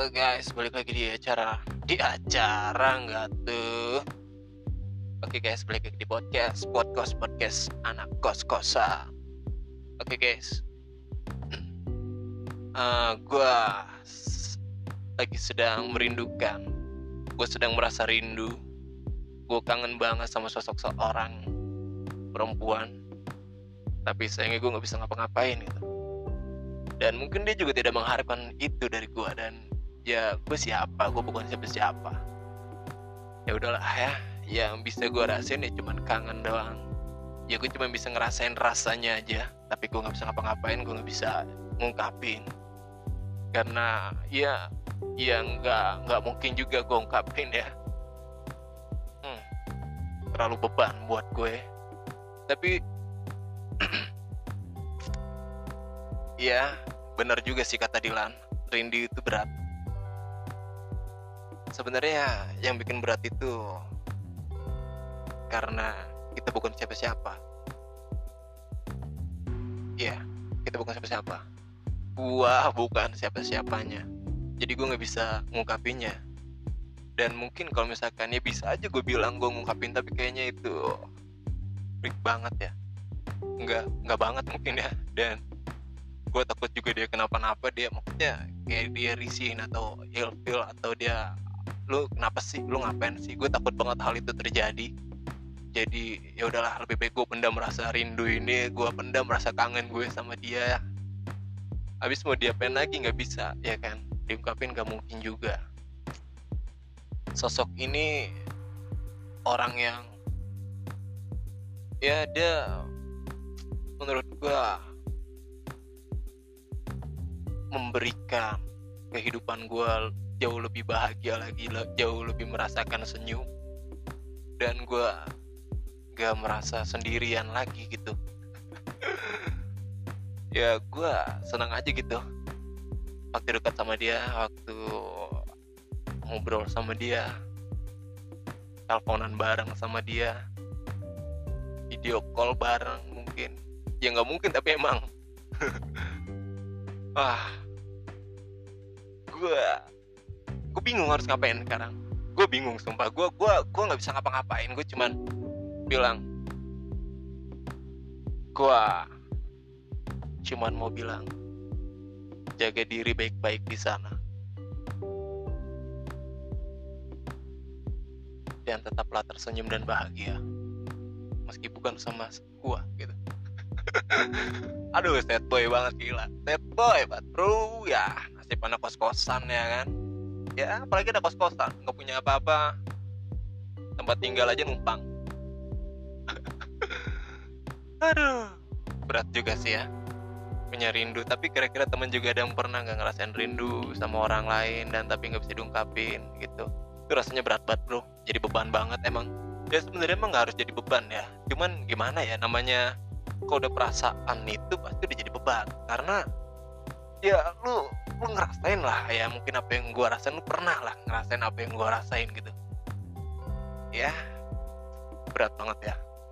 Halo guys, balik lagi di acara nggak tuh? Oke guys, balik lagi di podcast anak kos-kosan. Oke guys, gue lagi sedang merindukan, gue sedang merasa rindu, gue kangen banget sama sosok seorang perempuan, tapi sayangnya gue nggak bisa ngapa-ngapain gitu. Dan mungkin dia juga tidak mengharapkan itu dari gue, dan ya gue siapa, gue bukan siapa-siapa. Ya udahlah ya, yang bisa gue rasain ya cuman kangen doang. Ya gue cuma bisa ngerasain rasanya aja, tapi gue nggak bisa ngapa-ngapain, gue nggak bisa ngungkapin. Karena ya nggak mungkin juga gue ungkapin ya. Terlalu beban buat gue. Tapi ya benar juga sih kata Dilan, rindu itu berat. Sebenarnya yang bikin berat itu karena kita bukan siapa-siapa. Iya, kita bukan siapa-siapa. Gua bukan siapa-siapanya. Jadi gue nggak bisa ngungkapinnya. Dan mungkin kalau misalkan ya bisa aja gue bilang gue ngungkapin, tapi kayaknya itu freak banget ya. Nggak banget mungkin ya. Dan gue takut juga dia kenapa-napa, dia maksudnya kayak dia risihin atau ilfil, atau dia lu kenapa sih, lu ngapain sih. Gue takut banget hal itu terjadi. Jadi ya udahlah, lebih baik gue pendam rasa rindu ini, gue pendam rasa kangen gue sama dia. Habis mau diapain lagi, nggak bisa ya kan, diungkapin nggak mungkin juga. Sosok ini orang yang ya dia menurut gue memberikan kehidupan gue jauh lebih bahagia lagi, jauh lebih merasakan senyum, dan gue gak merasa sendirian lagi gitu. Ya gue senang aja gitu waktu dekat sama dia, waktu ngobrol sama dia, teleponan bareng sama dia, video call bareng mungkin. Ya gak mungkin tapi emang gue bingung harus ngapain sekarang. Gue bingung sumpah. Gue nggak bisa ngapa-ngapain. Gue cuman bilang, gue cuman mau bilang jaga diri baik-baik di sana, dan tetaplah tersenyum dan bahagia meski bukan sama gue gitu. Aduh, sad boy banget, gila. Sad boy banget bro. Ya nasib anak kos-kosan ya kan. Ya apalagi ada kos-kosan, gak punya apa-apa, tempat tinggal aja numpang. Aduh, berat juga sih ya punya rindu. Tapi kira-kira temen juga ada yang pernah gak ngerasain rindu sama orang lain dan tapi gak bisa diungkapin gitu. Itu rasanya berat banget bro, jadi beban banget emang. Ya sebenarnya emang gak harus jadi beban ya, cuman gimana ya, namanya kalau udah perasaan itu pasti udah jadi beban. Karena ya lu ngerasain lah ya, mungkin apa yang gue rasain, lu pernah lah ngerasain apa yang gue rasain gitu. Ya berat banget ya.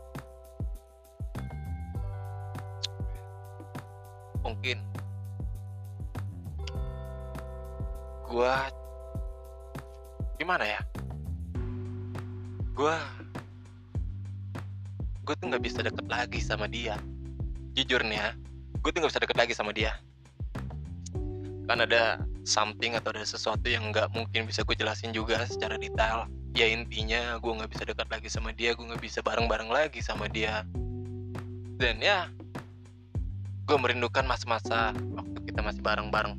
Mungkin gue gimana ya, gue tuh nggak bisa deket lagi sama dia. Jujur nih ya, gue tuh nggak bisa deket lagi sama dia. Kan ada something atau ada sesuatu yang nggak mungkin bisa gue jelasin juga secara detail. Ya intinya gue nggak bisa dekat lagi sama dia, gue nggak bisa bareng-bareng lagi sama dia. Dan ya gue merindukan masa-masa waktu kita masih bareng-bareng.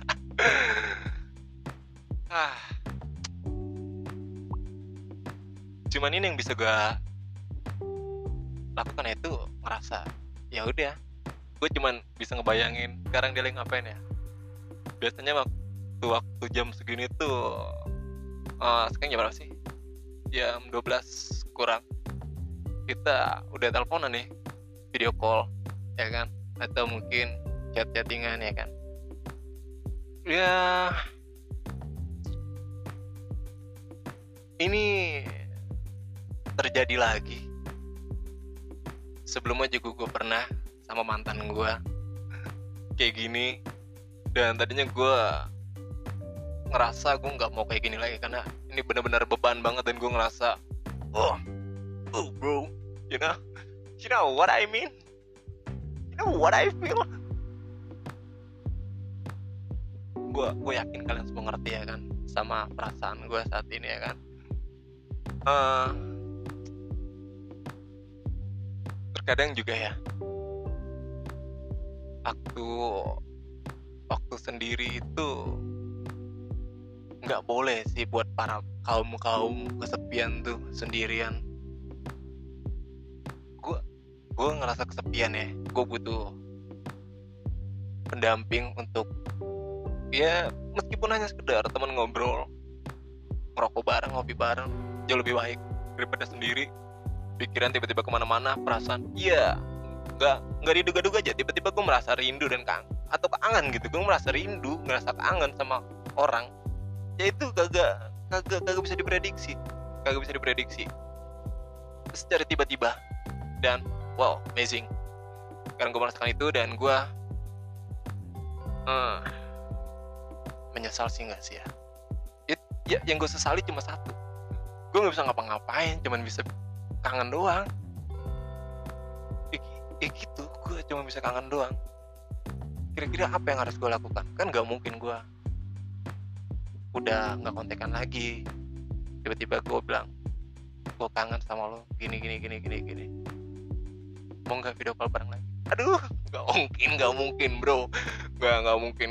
Cuman ini yang bisa gue lakukan itu ngerasa ya udah, gue cuman bisa ngebayangin sekarang dia lagi ngapain ya. Biasanya waktu jam segini tuh sekarang jam berapa sih? Jam 12 kurang. Kita udah teleponan nih, video call ya kan, atau mungkin chattingan ya kan. Ya ini terjadi lagi. Sebelumnya juga gue pernah sama mantan gue kayak gini. Dan tadinya gue ngerasa gue nggak mau kayak gini lagi, karena ini benar-benar beban banget. Dan gue ngerasa oh bro, you know what I mean, you know what I feel. Gue yakin kalian semua ngerti ya kan sama perasaan gue saat ini ya kan. Terkadang juga ya, waktu sendiri itu nggak boleh sih buat para kaum kesepian tuh sendirian. Gue ngerasa kesepian ya, gue butuh pendamping untuk ya meskipun hanya sekedar teman ngobrol, ngerokok bareng, ngopi bareng, jauh lebih baik daripada sendiri. Pikiran tiba-tiba kemana-mana, perasaan iya nggak diduga-duga aja tiba-tiba gue merasa rindu dan kangen gitu. Gue merasa rindu, merasa kangen sama orang, ya itu kagak bisa diprediksi secara tiba-tiba. Dan wow, amazing. Sekarang gue merasakan itu dan gue menyesal sih nggak sih ya. Ya yang gue sesali cuma satu, gue nggak bisa ngapa-ngapain, cuman bisa kangen doang. Gitu, gue cuma bisa kangen doang. Kira-kira apa yang harus gue lakukan? Kan nggak mungkin gue udah nggak kontekan lagi tiba-tiba gue bilang gue kangen sama lo, gini. Mau nggak video call bareng lagi? Aduh, nggak mungkin bro, nggak mungkin.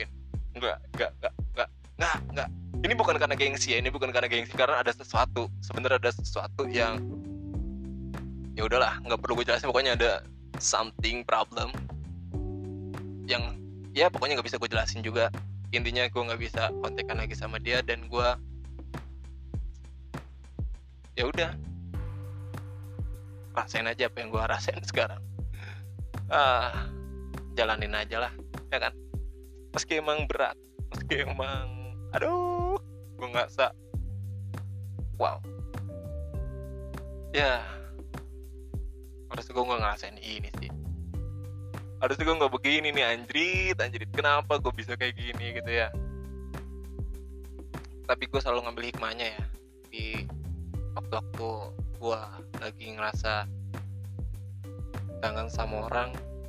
Nggak. Ini bukan karena gengsi ya, karena ada sesuatu, sebenarnya ada sesuatu yang ya udahlah, nggak perlu gue jelasin. Pokoknya ada something problem yang ya pokoknya nggak bisa gue jelasin juga. Intinya gue nggak bisa kontekan lagi sama dia dan gue ya udah rasain aja apa yang gue rasain sekarang. Jalanin aja lah ya kan, meski emang berat, meski emang aduh gue ngerasa wow ya, harusnya gue nggak ngerasain ini sih, harusnya gue nggak begini nih. Anjrit, kenapa gue bisa kayak gini gitu ya. Tapi gue selalu ngambil hikmahnya ya, di waktu-waktu gue lagi ngerasa kangen sama orang,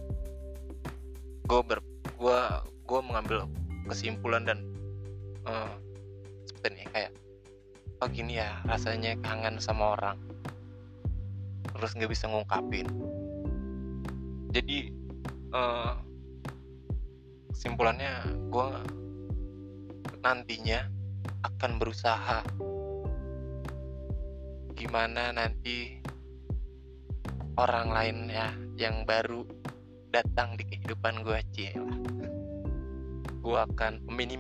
gue mengambil kesimpulan dan seperti ini, kayak oh gini ya rasanya kangen sama orang terus nggak bisa ngungkapin. Jadi kesimpulannya gue nantinya akan berusaha gimana nanti orang lain ya yang baru datang di kehidupan gue, gue akan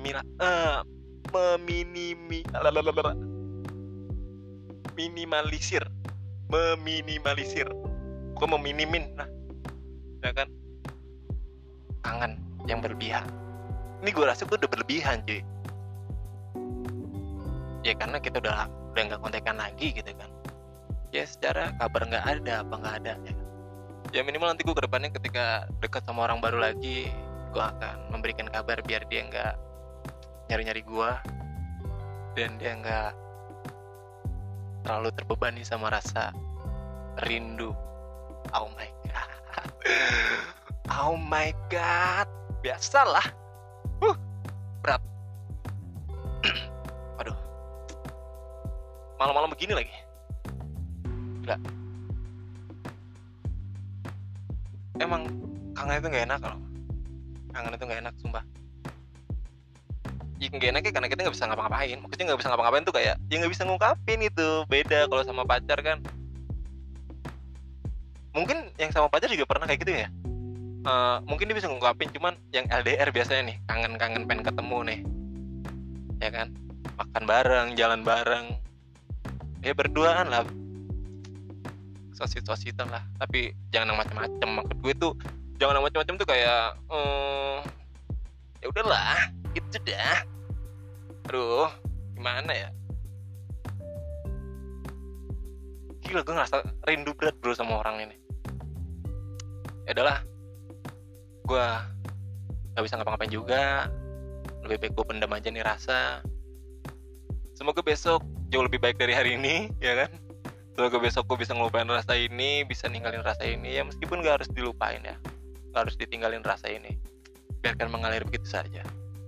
meminimalisir, bukan meminimin lah ya kan, kangen yang berlebihan. Ini gue rasa gue udah berlebihan cuy ya, karena kita udah nggak kontekan lagi gitu kan ya, secara kabar nggak ada ya kan? Ya minimal nanti gue ke depannya ketika dekat sama orang baru lagi, gue akan memberikan kabar biar dia nggak nyari-nyari gue dan dia nggak terlalu terbebani sama rasa rindu. Oh my god, biasalah berat. Waduh, malam-malam begini lagi enggak. Emang kangen itu gak enak loh. Kangen itu gak enak sumpah. Ya gak enaknya karena kita gak bisa ngapa-ngapain. Maksudnya gak bisa ngapa-ngapain tuh kayak ya gak bisa ngungkapin itu. Beda kalau sama pacar kan. Mungkin yang sama pacar juga pernah kayak gitu ya. Mungkin dia bisa ngungkapin, cuman yang LDR biasanya nih kangen-kangen pengen ketemu nih ya kan, makan bareng, jalan bareng ya, berduaan lah, sosit-sositan lah, tapi jangan yang macam-macam. Maksud gue tuh jangan yang macam-macam tuh kayak ya udahlah gitu dah. Aduh gimana ya, gila gue ngerasa rindu berat bro sama orang ini. Ya udahlah, gue gak bisa ngapa-ngapain juga, lebih baik gue pendam aja nih rasa. Semoga besok jauh lebih baik dari hari ini, ya kan? Semoga besok gue bisa ngelupain rasa ini, bisa ninggalin rasa ini. Ya meskipun gak harus dilupain ya, gak harus ditinggalin rasa ini, biarkan mengalir begitu saja.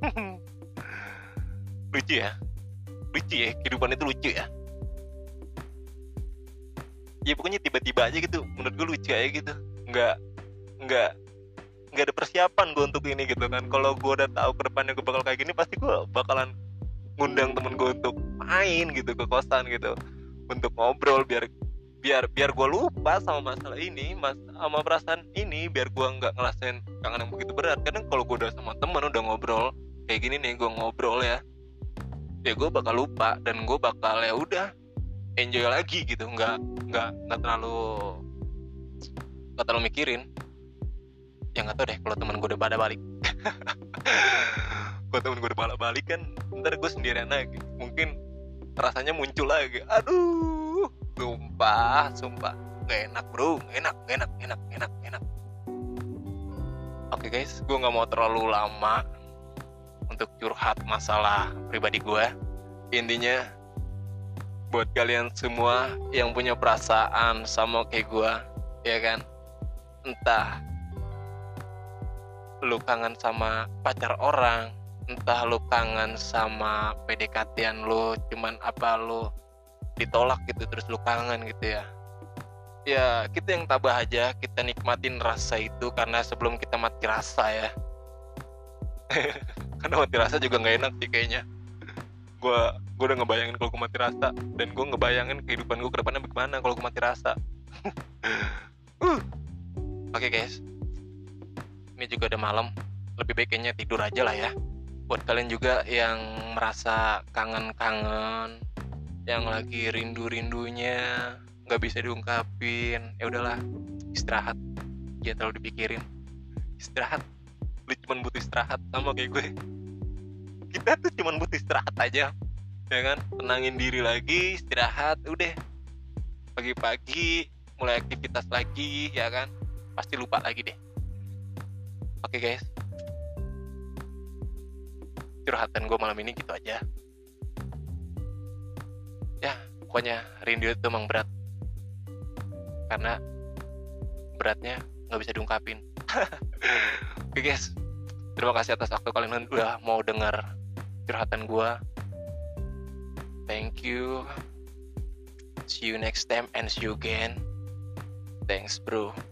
Lucu ya kehidupan itu lucu ya. Ya pokoknya tiba-tiba aja gitu, menurut gue lucu aja gitu. Nggak ada persiapan gue untuk ini gitu kan. Kalau gue udah tahu ke depannya gue bakal kayak gini, pasti gue bakalan ngundang temen gue untuk main gitu ke kosan gitu, untuk ngobrol biar gue lupa sama masalah ini, sama perasaan ini, biar gue nggak ngerasain kangen yang begitu berat. Kadang kalau gue udah sama temen udah ngobrol kayak gini nih, gue ngobrol ya gue bakal lupa dan gue bakal ya udah enjoy lagi gitu, nggak terlalu mikirin. Ya nggak tahu deh kalau teman gue udah pada balik. Kalau temen gue udah balik kan ntar gue sendirian lagi, mungkin rasanya muncul lagi. Aduh, sumpah nggak enak bro, nggak enak. Oke guys, gue nggak mau terlalu lama untuk curhat masalah pribadi gue. Intinya buat kalian semua yang punya perasaan sama kayak gue, ya kan, entah lu kangen sama pacar orang, entah lu kangen sama PDKT-an lu, cuman apa lu ditolak gitu terus lu kangen gitu ya. Ya kita yang tabah aja, kita nikmatin rasa itu, karena sebelum kita mati rasa ya. Karena mati rasa juga nggak enak sih kayaknya. Gue udah ngebayangin kalau gue mati rasa, dan gue ngebayangin kehidupan gue ke depannya bagaimana kalau gue mati rasa. Oke guys, ini juga udah malam, lebih baik kayaknya tidur aja lah ya. Buat kalian juga yang merasa kangen-kangen, yang lagi rindu-rindunya nggak bisa diungkapin, ya udahlah, istirahat, jangan terlalu dipikirin. Istirahat, lu cuma butuh istirahat, sama kayak gue. Kita tuh cuma butuh istirahat aja, ya kan? Tenangin diri lagi, istirahat, udah. Pagi-pagi mulai aktivitas lagi, ya kan? Pasti lupa lagi deh. Oke guys, curhatan gue malam ini gitu aja. Ya, pokoknya rindu itu emang berat, karena beratnya nggak bisa diungkapin. Oke guys, terima kasih atas waktu kalian udah mau dengar curhatan gue. Thank you. See you next time and see you again. Thanks bro.